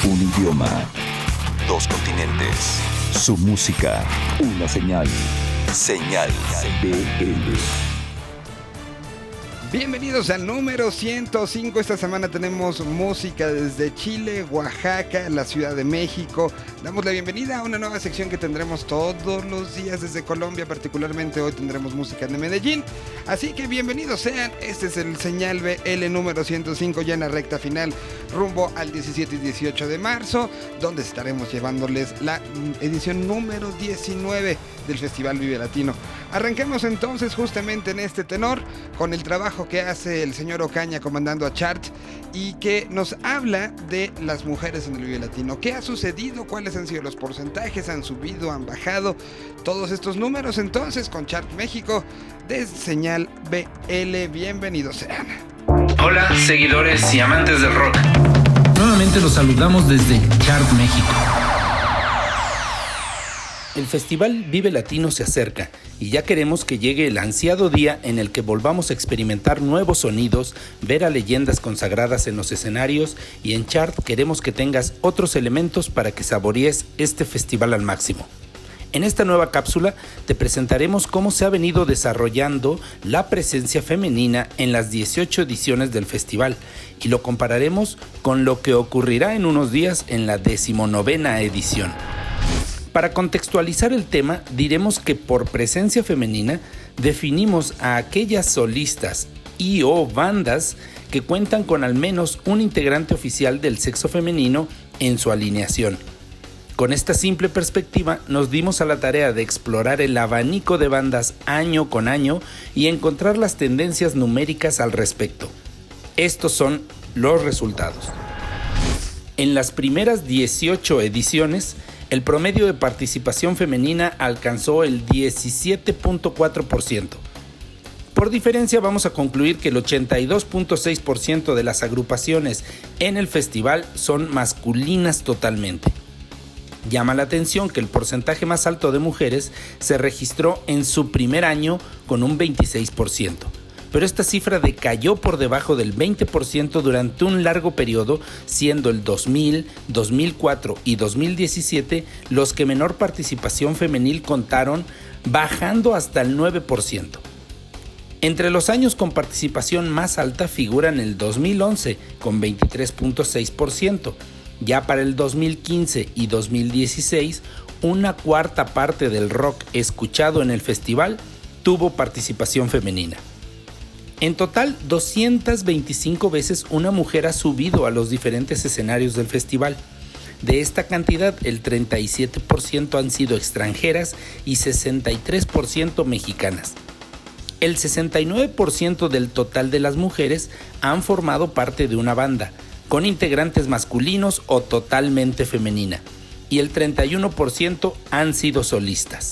Un idioma, Dos continentes. su música, una señal. Señal BL. Bienvenidos al número 105. Esta semana tenemos música desde Chile, Oaxaca, la Ciudad de México. Damos la bienvenida a una nueva sección que tendremos todos los días desde Colombia. Particularmente hoy tendremos música de Medellín. Así que bienvenidos sean. Este es el Señal BL número 105, ya en la recta final, rumbo al 17 y 18 de marzo, donde estaremos llevándoles la edición número 19 del Festival Vive Latino. Arranquemos entonces justamente en este tenor con el trabajo que hace el señor Ocaña comandando a Chart y que nos habla de las mujeres en el Vive Latino. ¿Qué ha sucedido? ¿Cuáles han sido los porcentajes? ¿Han subido? ¿Han bajado? Todos estos números entonces con Chart México desde Señal BL. Bienvenidos sean. Hola, seguidores y amantes del rock. Nuevamente los saludamos desde Chart México. El Festival Vive Latino se acerca y ya queremos que llegue el ansiado día en el que volvamos a experimentar nuevos sonidos, ver a leyendas consagradas en los escenarios, y en Chart queremos que tengas otros elementos para que saborees este festival al máximo. En esta nueva cápsula te presentaremos cómo se ha venido desarrollando la presencia femenina en las 18 ediciones del festival y lo compararemos con lo que ocurrirá en unos días en la 19ª edición. Para contextualizar el tema, diremos que por presencia femenina definimos a aquellas solistas y o bandas que cuentan con al menos un integrante oficial del sexo femenino en su alineación. Con esta simple perspectiva nos dimos a la tarea de explorar el abanico de bandas año con año y encontrar las tendencias numéricas al respecto. Estos son los resultados. En las primeras 18 ediciones, el promedio de participación femenina alcanzó el 17.4%. Por diferencia, vamos a concluir que el 82.6% de las agrupaciones en el festival son masculinas totalmente. Llama la atención que el porcentaje más alto de mujeres se registró en su primer año con un 26%. Pero esta cifra decayó por debajo del 20% durante un largo periodo, siendo el 2000, 2004 y 2017 los que menor participación femenil contaron, bajando hasta el 9%. Entre los años con participación más alta figuran el 2011 con 23.6%. Ya para el 2015 y 2016, una cuarta parte del rock escuchado en el festival tuvo participación femenina. En total, 225 veces una mujer ha subido a los diferentes escenarios del festival. De esta cantidad, el 37% han sido extranjeras y 63% mexicanas. El 69% del total de las mujeres han formado parte de una banda, con integrantes masculinos o totalmente femenina, y el 31% han sido solistas.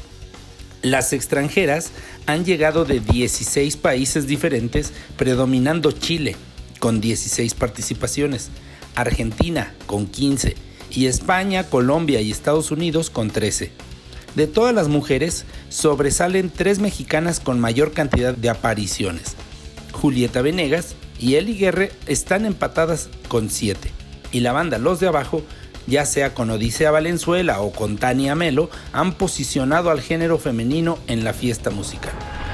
Las extranjeras han llegado de 16 países diferentes, predominando Chile, con 16 participaciones, Argentina, con 15, y España, Colombia y Estados Unidos, con 13. De todas las mujeres, sobresalen 3 mexicanas con mayor cantidad de apariciones. Julieta Venegas y Eli Guerre están empatadas con 7, y la banda Los de Abajo, ya sea con Odisea Valenzuela o con Tania Melo, han posicionado al género femenino en la fiesta musical.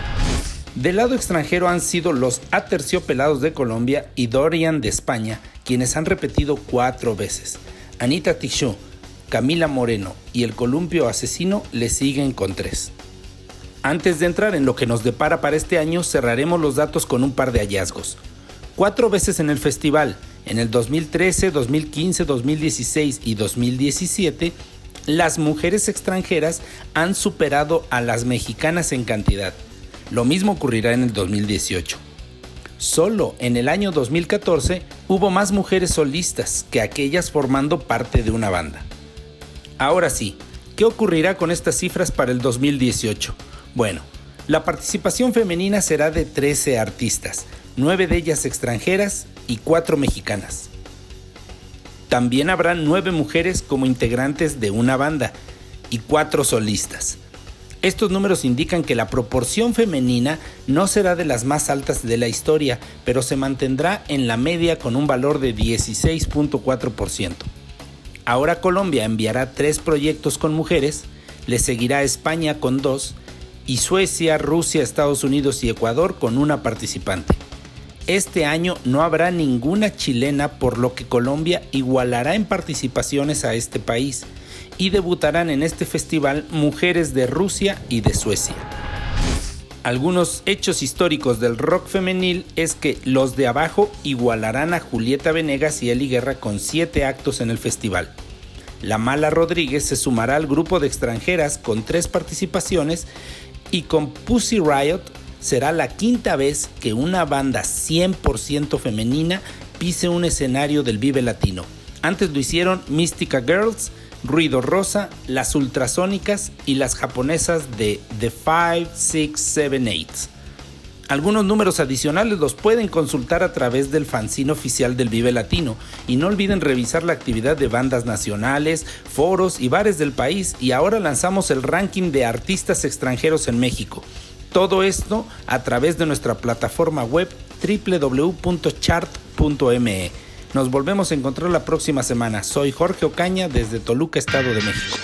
Del lado extranjero han sido los Aterciopelados de Colombia y Dorian de España, quienes han repetido 4 veces. Anita Tijoux, Camila Moreno y el Columpio Asesino le siguen con 3. Antes de entrar en lo que nos depara para este año, cerraremos los datos con un par de hallazgos. 4 veces en el festival, en el 2013, 2015, 2016 y 2017, las mujeres extranjeras han superado a las mexicanas en cantidad. Lo mismo ocurrirá en el 2018. Solo en el año 2014 hubo más mujeres solistas que aquellas formando parte de una banda. Ahora sí, ¿qué ocurrirá con estas cifras para el 2018? Bueno, la participación femenina será de 13 artistas, 9 de ellas extranjeras y 4 mexicanas. También habrá 9 mujeres como integrantes de una banda y 4 solistas. Estos números indican que la proporción femenina no será de las más altas de la historia, pero se mantendrá en la media con un valor de 16.4%. Ahora Colombia enviará 3 proyectos con mujeres, le seguirá España con 2 y Suecia, Rusia, Estados Unidos y Ecuador con 1 participante. Este año no habrá ninguna chilena, por lo que Colombia igualará en participaciones a este país y debutarán en este festival mujeres de Rusia y de Suecia. Algunos hechos históricos del rock femenil es que Los de Abajo igualarán a Julieta Venegas y Eli Guerra con 7 actos en el festival. La Mala Rodríguez se sumará al grupo de extranjeras con 3 participaciones y con Pussy Riot será la 5ª vez que una banda 100% femenina pise un escenario del Vive Latino. Antes lo hicieron Mystica Girls, Ruido Rosa, las Ultrasónicas y las japonesas de The 5, 6, 7, 8. Algunos números adicionales los pueden consultar a través del fanzine oficial del Vive Latino y no olviden revisar la actividad de bandas nacionales, foros y bares del país, y ahora lanzamos el ranking de artistas extranjeros en México. Todo esto a través de nuestra plataforma web www.chart.me. Nos volvemos a encontrar la próxima semana. Soy Jorge Ocaña desde Toluca, Estado de México.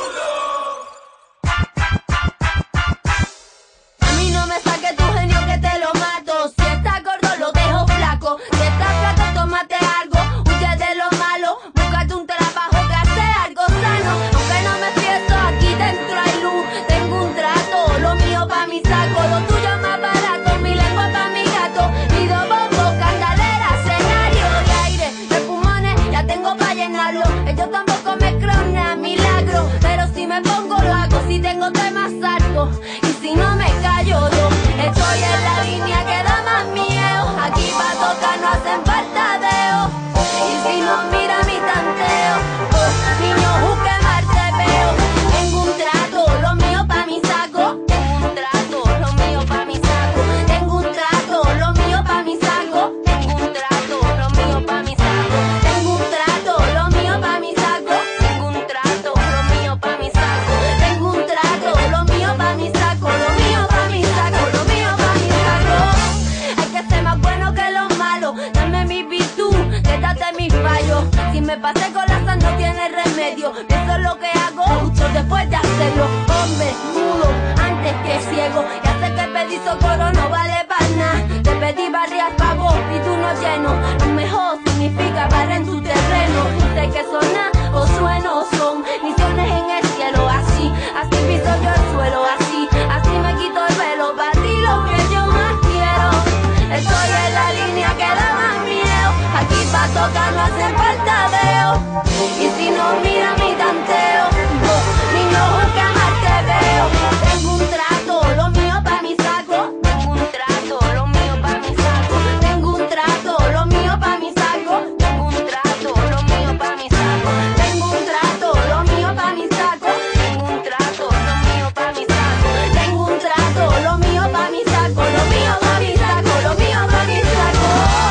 A mí no me saques tu genio que te lo mato. Si estás gordo lo dejo flaco. Si estás flaco tómate algo. Huye de lo malo. Búscate un trabajo que hace algo sano. Aunque no me fiesto, aquí dentro hay luz. Tengo un trato, lo mío pa' mi saco. Lo tuyo más barato, mi lengua pa' mi gato. Pido bombo, candalera, escenario de aire. De pulmones ya tengo pa' llenarlo. Ellos tampoco me creen a milagro. Pero si me pongo lo hago, si tengo temas altos. Y si no me callo yo, estoy en la línea que da más miedo. Aquí pa' tocar no hacen falta dedos. Y si no mira mi tanteo, niño busque mal te veo. Tengo un trato, lo mío pa' mi saco. Tengo un trato, lo mío pa' mi saco. Tengo un trato, lo mío pa' mi saco. Tengo un trato, lo mío pa' mi saco. Tengo un trato, lo mío pa' mi saco. Tengo un trato, lo mío pa' mi saco. Tengo un trato, lo mío pa' mi saco. Lo mío pa' mi saco, lo mío pa' mi saco. Hay que ser más bueno que los malos. Dame mi virtud, quédate mis fallos. Si me pasé con la sal no tiene remedio. Eso es lo que hago justo después de hacerlo. Hombre, mudo, antes que ciego. Ya sé que pedir socorro no vale para nada. Te pedí barriar favor y tú no lleno. Lo mejor significa barrer en tu terreno. Sé que sonar o sueno son misiones en el cielo. Así piso yo el suelo. Así me quito el velo. Para ti lo que yo más quiero. Estoy en la línea que da más miedo. Aquí pa' tocar no hace falta veo. Y si no mira mi tanteo, niño busca más te veo. Tengo un trato, lo mío pa' mi saco. Tengo un trato, lo mío pa' mi saco. Tengo un trato, lo mío pa' mi saco. Tengo un trato, lo mío pa' mi saco. Tengo un trato, lo mío pa' mi saco. Tengo un trato, lo mío pa' mi saco. Tengo un trato, lo mío pa' mi saco. Lo mío pa' mi saco, lo mío pa' mi saco.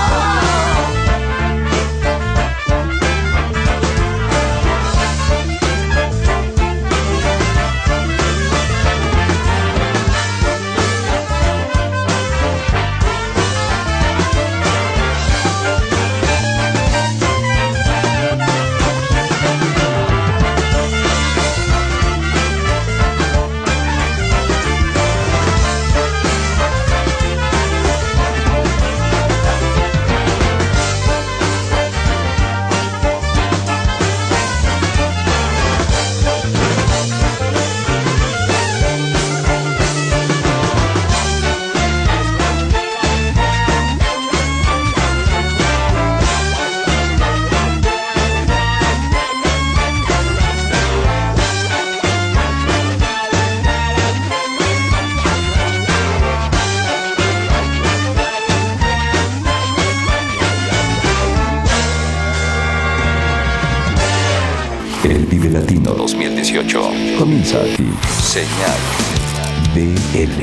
El Vive Latino 2018. comienza aquí. Señal. BL.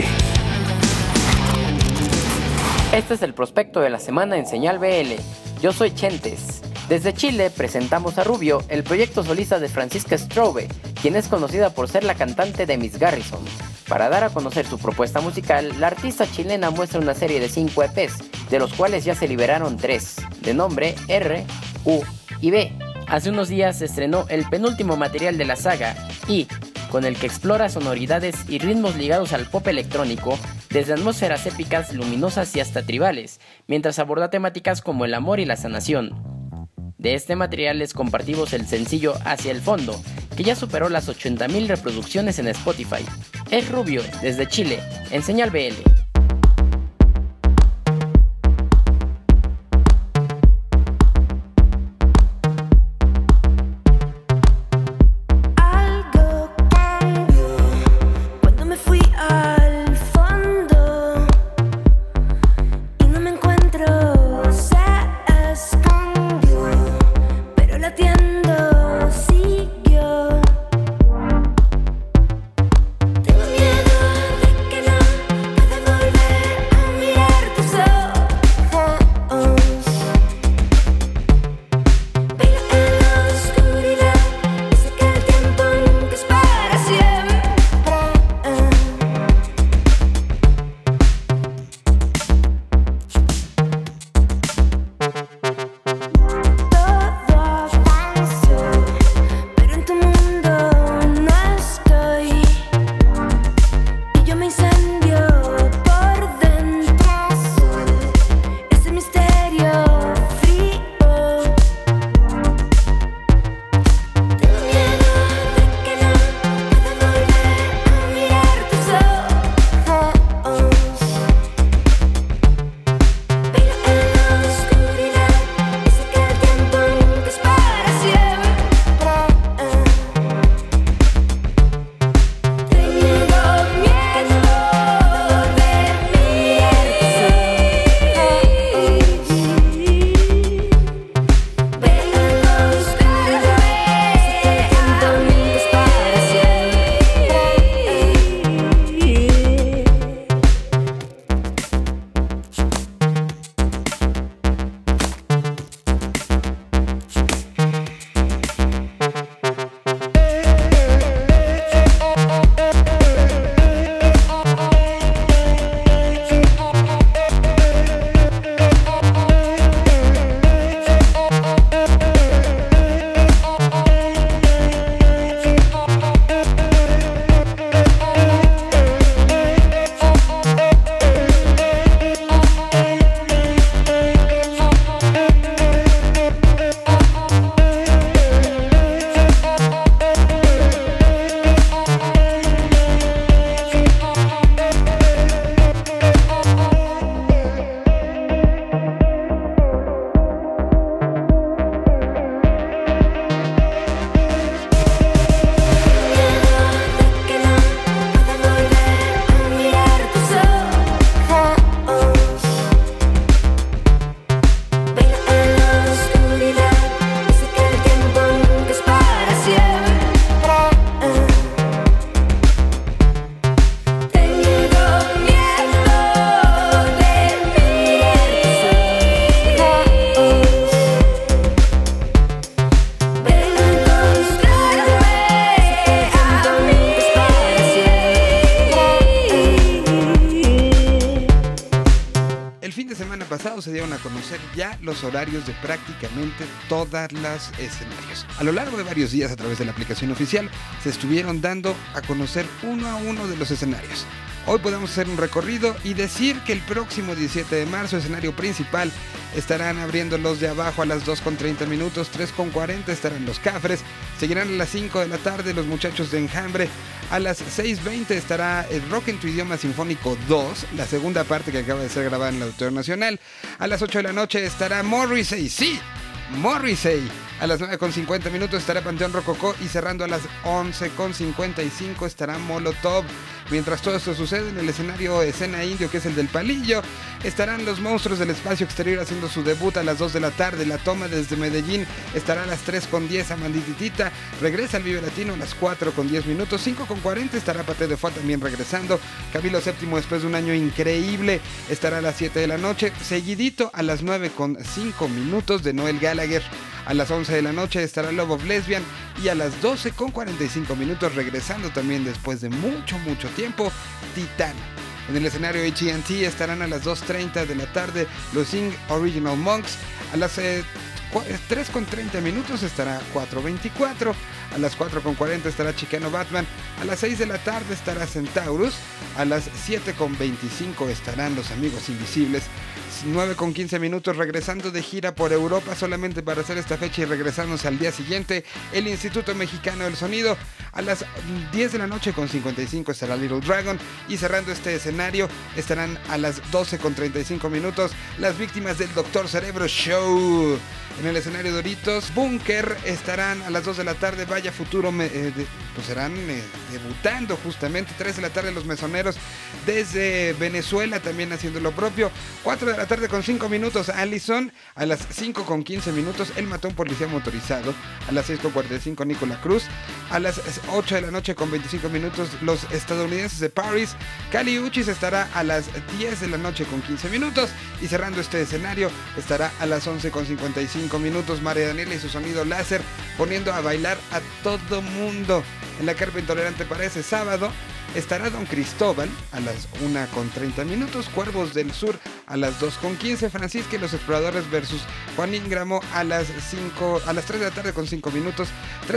Este es el prospecto de la semana en Señal BL. Yo soy Chentes. Desde Chile presentamos a Rubio, el proyecto solista de Francisca Strobe, quien es conocida por ser la cantante de Miss Garrison. Para dar a conocer su propuesta musical, la artista chilena muestra una serie de 5 EPs, de los cuales ya se liberaron 3, de nombre R, U y B. Hace unos días se estrenó el penúltimo material de la saga y, con el que explora sonoridades y ritmos ligados al pop electrónico, desde atmósferas épicas, luminosas y hasta tribales, mientras aborda temáticas como el amor y la sanación. De este material les compartimos el sencillo Hacia el Fondo, que ya superó las 80,000 reproducciones en Spotify. Es Rubio, desde Chile, en Señal BL. se dieron a conocer ya los horarios de prácticamente todas las escenarios. A lo largo de varios días a través de la aplicación oficial se estuvieron dando a conocer uno a uno de los escenarios. Hoy podemos hacer un recorrido y decir que el próximo 17 de marzo, escenario principal, estarán abriendo los de abajo a las 2:30 minutos, 3:40 estarán los Cafres, seguirán a las 5 de la tarde los muchachos de Enjambre, a las 6:20 estará el Rock en tu idioma sinfónico 2, la segunda parte que acaba de ser grabada en el Auditorio Nacional, a las 8 de la noche estará Morrissey, sí, Morrissey. A las 9:50 minutos estará Panteón Rococó y cerrando a las 11:55 estará Molotov. Mientras todo esto sucede en el escenario Escena Indio, que es el del Palillo, estarán los Monstruos del Espacio Exterior haciendo su debut a las 2 de la tarde. La Toma desde Medellín estará a las 3:10 a Mandititita. Regresa al Vive Latino a las 4:10 minutos. 5:40 estará Paté de Foix también regresando. Camilo VII, después de un año increíble, estará a las 7 de la noche. Seguidito a las 9:05 minutos de Noel Gallagher. A las 11 de la noche estará Love of Lesbian y a las 12:45 minutos, regresando también después de mucho tiempo, Titán. En el escenario AT&T estarán a las 2:30 de la tarde los Sing Original Monks. A las 3:30 minutos estará 424. A las 4:40 estará Chicano Batman. A las 6 de la tarde estará Centaurus. A las 7:25 estarán Los Amigos Invisibles. 9:15 minutos regresando de gira por Europa solamente para hacer esta fecha y regresándose al día siguiente, el Instituto Mexicano del Sonido. A las 10 de la noche con 55 estará Little Dragon, y cerrando este escenario estarán a las 12:35 minutos Las Víctimas del Doctor Cerebro Show. En el escenario Doritos Bunker estarán a las 2 de la tarde Vaya Futuro, pues serán debutando justamente. 3 de la tarde Los Mesoneros desde Venezuela también haciendo lo propio. 4 de la tarde con 5 minutos Allison. A las 5:15 minutos El Matón Policía Motorizado. A las 6:45 Nicola Cruz. A las 8 de la noche con 25 minutos Los Estadounidenses de Paris. Kali Uchis estará a las 10 de la noche con 15 minutos. Y cerrando este escenario estará a las 11:55 minutos María Daniela y su sonido láser, poniendo a bailar a todo mundo. En la Carpa Intolerante para ese sábado estará Don Cristóbal a las 1:30 minutos, Cuervos del Sur a las 2:15, Francisca y los Exploradores versus Juan Íngramo a las 3 de la tarde con 5 minutos,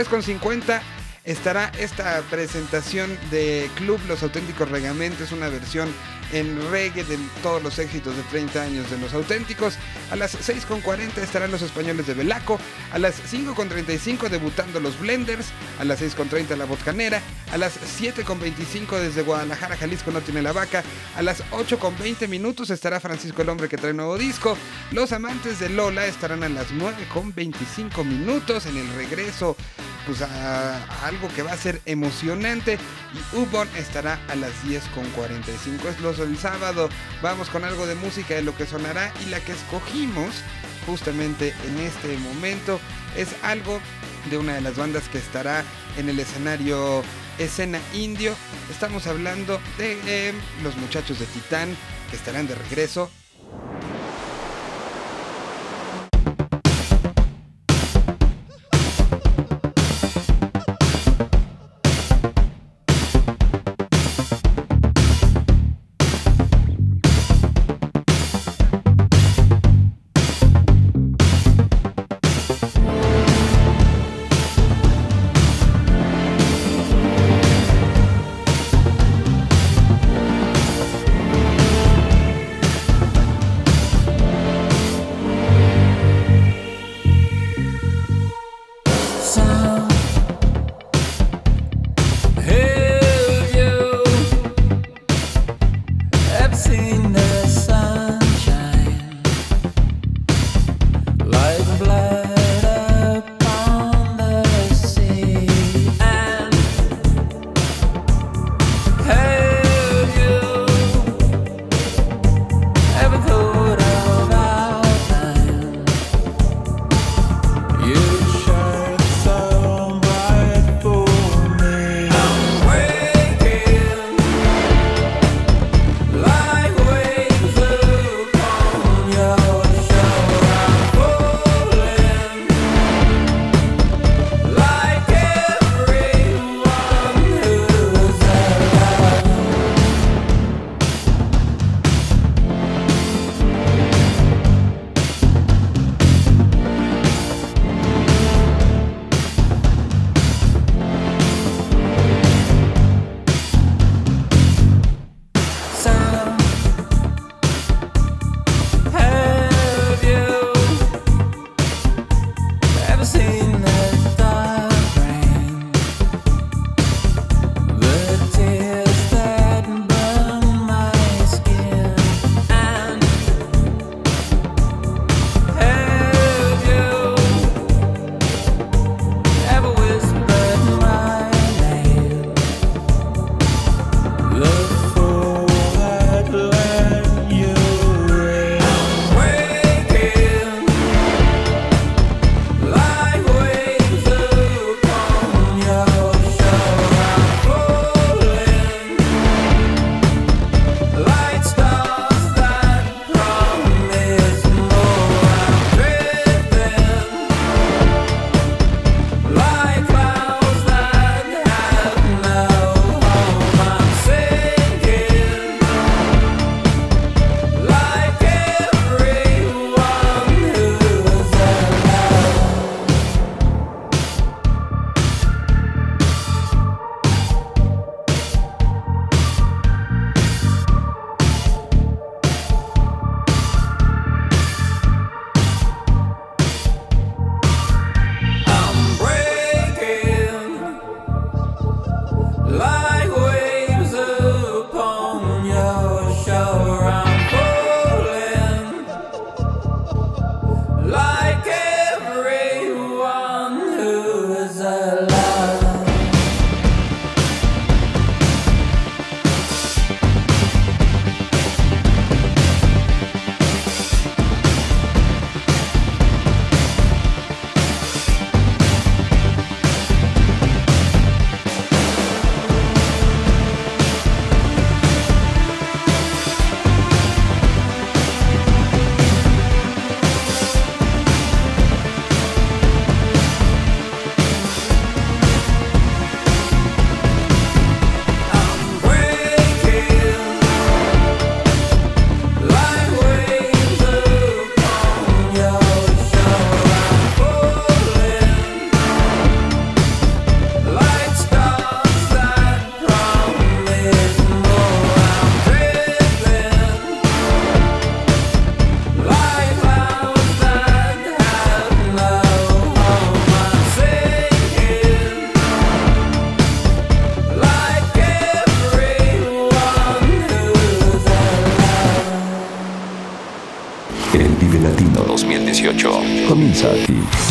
3:50 estará esta presentación de Club Los Auténticos Regamentes, una versión en reggae de todos los éxitos de 30 años de Los Auténticos. A las 6:40 estarán Los Españoles de Belaco. A las 5:35 debutando Los Blenders. A las 6:30 La Botcanera. A las 7:25 desde Guadalajara, Jalisco No Tiene la Vaca. A las 8:20 minutos estará Francisco el Hombre que trae nuevo disco. Los Amantes de Lola estarán a las 9:25 minutos en el regreso, pues a algo que va a ser emocionante. Y Ubon estará a las 10:45. Es lo del sábado. Vamos con algo de música de lo que sonará, y la que escogimos justamente en este momento es algo de una de las bandas que estará en el escenario Escena Indio. Estamos hablando de los muchachos de Titán, que estarán de regreso. You sure so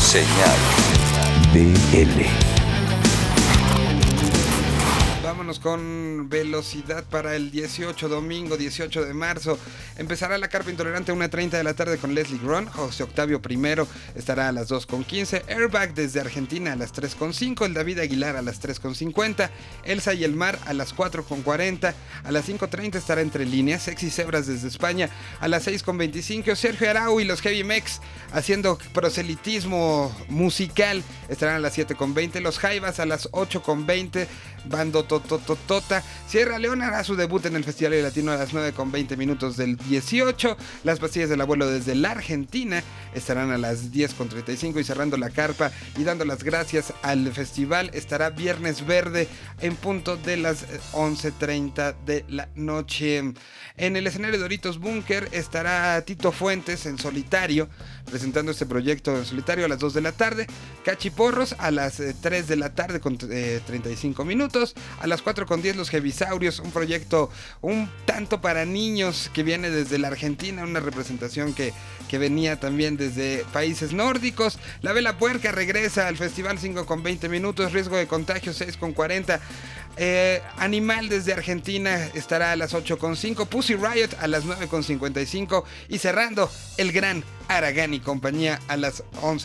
Señal BL. Vámonos con velocidad para el 18, domingo 18 de marzo. Empezará la Carpa Intolerante a 1:30 de la tarde con Leslie Gron. José Octavio I estará a las 2:15. Airbag desde Argentina a las 3:05. El David Aguilar a las 3:50. Elsa y el Mar a las 4:40. A las 5:30 estará Entre Líneas. Sexy Zebras desde España a las 6:25. Sergio Arau y los Heavy Mex haciendo proselitismo musical estarán a las 7:20. Los Jaivas a las 8:20. Bando Tototota. Sierra Leona hará su debut en el Festival Latino a las 9:20 minutos del 18. Las Pastillas del Abuelo desde la Argentina estarán a las 10:35 y cerrando la carpa y dando las gracias al festival estará Viernes Verde en punto de las 11:30 de la noche. En el escenario de Doritos Bunker estará Tito Fuentes en solitario, presentando este proyecto en solitario a las 2 de la tarde. Cachiporros a las 3 de la tarde con 35 minutos. A las 4:10 los Heavisaurios, un proyecto un tanto para niños que viene desde la Argentina, una representación que venía también desde países nórdicos. La Vela Puerca regresa al festival 5:20 minutos. Riesgo de contagio 6:40. Animal desde Argentina estará a las 8:05. Pussy Riot a las 9:55 y cerrando el gran Aragán y compañía a las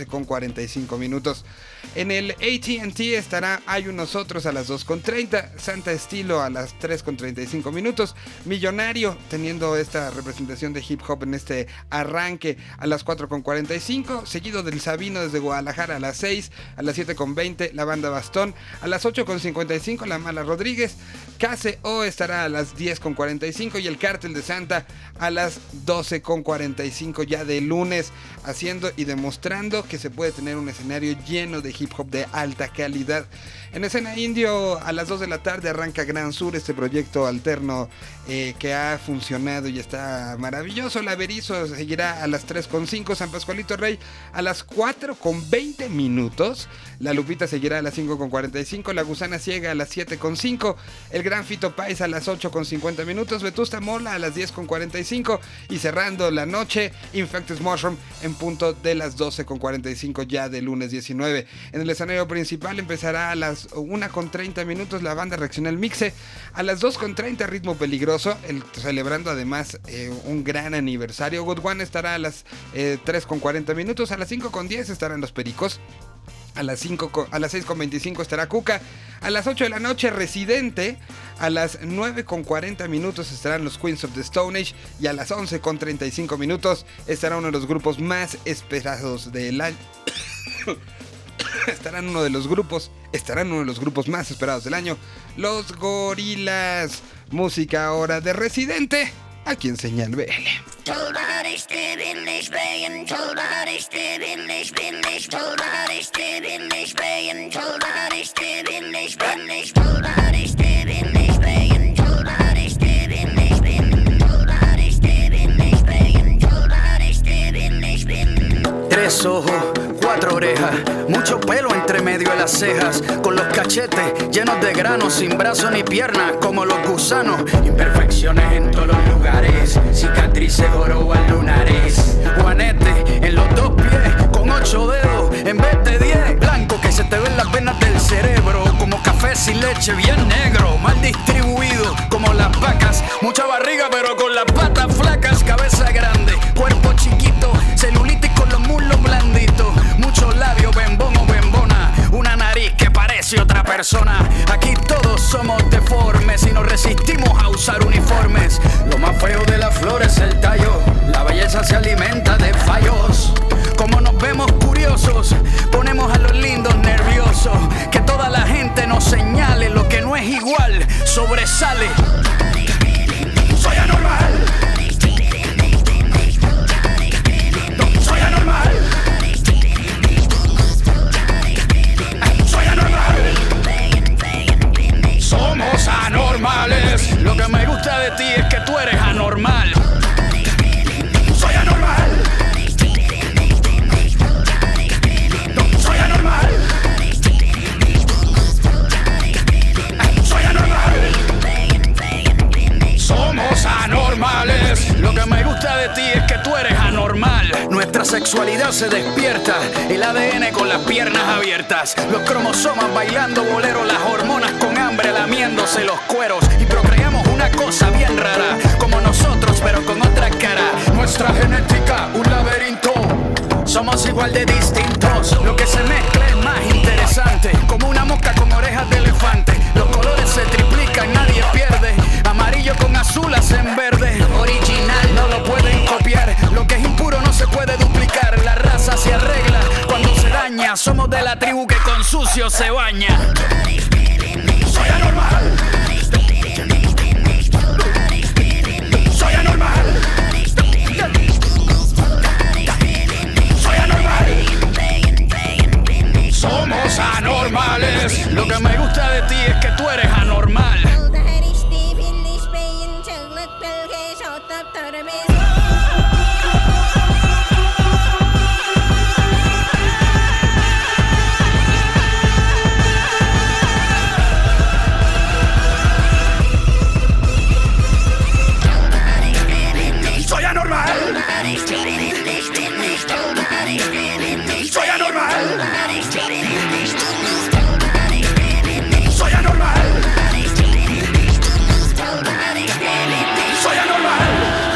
11:45 minutos. En el AT&T estará Hay Unos Otros a las 2:30, Santa Estilo a las 3:35 minutos, Millonario teniendo esta representación de hip hop en este arranque a las 4:45, seguido del Sabino desde Guadalajara a las 6, a las 7:20 la banda Bastón, a las 8:55 la Mala Rodríguez, KCO estará a las 10:45 y el Cártel de Santa a las 12:45 ya de lunes, haciendo y demostrando que se puede tener un escenario lleno de hip hop de alta calidad. En escena indio a las 2 de la tarde arranca Gran Sur, este proyecto alterno que ha funcionado y está maravilloso. La Berizo seguirá a las 3:05, San Pascualito Rey a las 4:20 minutos, La Lupita seguirá a las 5:45, La Gusana Ciega a las 7:05, el Gran Fito Páez a las 8:50 minutos, Vetusta Mola a las 10:45 y cerrando la noche Infected Mushroom en punto de las 12:45 ya de lunes 19. En el escenario principal empezará a las 1:30 minutos la banda Reaccional Mixe, a las 2:30 Ritmo Peligroso, celebrando además un gran aniversario. Good One estará a las 3:40 minutos, a las 5:10 estarán Los Pericos. A las 6:25 estará Cuca. A las 8 de la noche Residente. A las 9:40 minutos estarán los Queens of the Stone Age. Y a las 11:35 minutos estará uno de los grupos más esperados del año. Estarán uno de los grupos más esperados del año, Los Gorilas. Música ahora de Residente, aquí en Señal BL. Tres ojos, cuatro orejas, mucho pelo entre medio de las cejas, con los cachetes llenos de granos, sin brazos ni piernas, como los gusanos, imperfecciones en todos los lugares, cicatrices jorobas lunares, juanete en los dos pies, con 8 dedos en vez de 10, blanco que se te ven las venas del cerebro, como café sin leche, bien negro, mal distribuido, como las vacas, mucha barriga pero con las patas flacas, cabeza grande, cuerpo chiquito, celulitis con los muslos blanditos, muchos labios, bembón o bembona, una nariz que parece otra persona. Aquí todos somos deformes y nos resistimos a usar uniformes. Lo más feo de la flor es el tallo, la belleza se alimenta de fallos. Como nos vemos curiosos, ponemos a los lindos nerviosos. Que toda la gente nos señale, lo que no es igual sobresale. Soy anormal. Soy anormal. Soy anormal. Somos anormales. Lo que me gusta de ti es que tú eres anormal. Soy anormal. Soy anormal. Soy anormal. Somos anormales. Lo que me gusta de ti es que tú eres anormal. Nuestras sexualidad se despierta, el ADN con las piernas abiertas, los cromosomas bailando bolero, las hormonas con hambre lamiéndose los cueros y procreamos una cosa bien rara, como nosotros pero con otra cara. Nuestra genética, un laberinto, somos igual de distintos. Lo que se mezcla es más interesante, como una mosca con orejas de elefante. Los colores se triplican, nadie pierde. Amarillo con azul hacen verde. Original, no lo pueden copiar. Lo que es impuro no se puede duplicar. La raza se arregla cuando se daña. Somos de la tribu que con sucio se baña. Soy anormal. Soy anormal. Somos anormales. Lo que me gusta de ti es que tú eres anormal. Soy anormal. Soy anormal. Soy anormal. Soy anormal.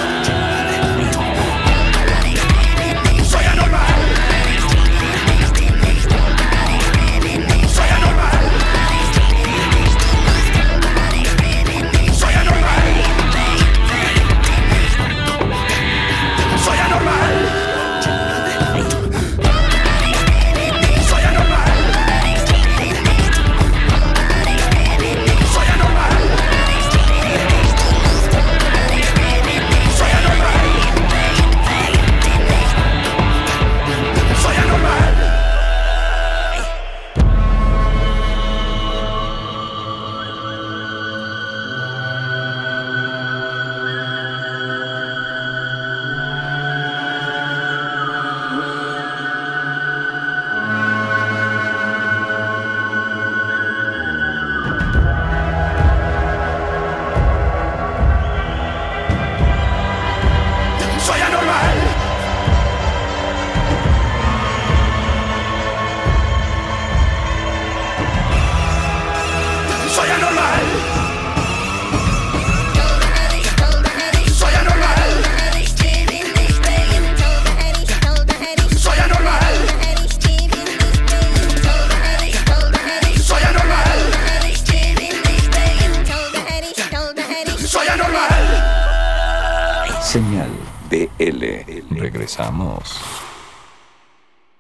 Soy anormal. Soy anormal. Soy anormal. Soy anormal. Señal BL. Regresamos.